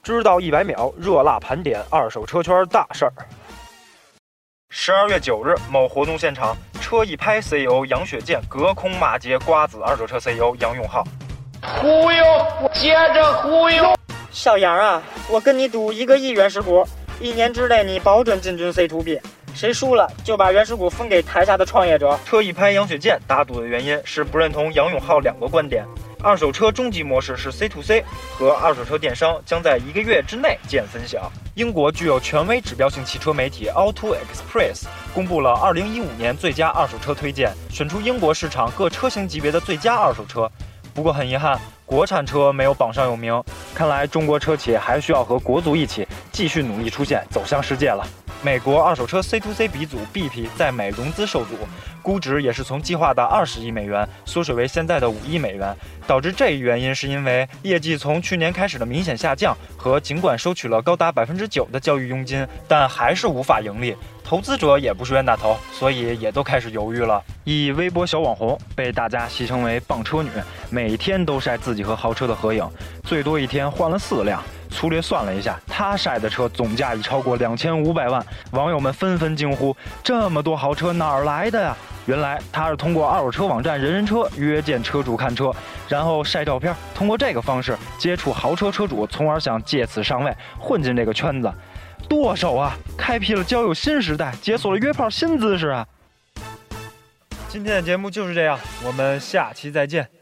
知道100秒热辣盘点二手车圈大事儿。12月9日，某活动现场，车一拍 CEO 杨雪健隔空骂街瓜子二手车 CEO 杨永浩， 忽悠，接着忽悠。 小杨啊，我跟你赌1个亿原始股，1年之内你保准进军 C2B， 谁输了就把原始股分给台下的创业者。 车一拍杨雪健打赌的原因是不认同杨永浩2个观点。二手车终极模式是 C2C， 和二手车电商将在1个月之内见分晓。英国具有权威指标性汽车媒体 Auto Express 公布了2015年最佳二手车推荐，选出英国市场各车型级别的最佳二手车。不过很遗憾，国产车没有榜上有名，看来中国车企还需要和国足一起继续努力出线，走向世界了。美国二手车 C2C 鼻祖 BP 在美融资受阻，估值也是从计划的20亿美元缩水为现在的5亿美元。导致这一原因是因为业绩从去年开始的明显下降，和尽管收取了高达9%的交易佣金，但还是无法盈利。投资者也不是冤大头，所以也都开始犹豫了。一微博小网红被大家戏称为棒车女，每天都晒自己和豪车的合影，最多一天换了4辆。粗略算了一下，他晒的车总价已超过2500万，网友们纷纷惊呼：这么多豪车哪儿来的呀？原来他是通过二手车网站人人车约见车主看车，然后晒照片，通过这个方式接触豪车车主，从而想借此上位，混进这个圈子。剁手啊！开辟了交友新时代，解锁了约炮新姿势啊！今天的节目就是这样，我们下期再见。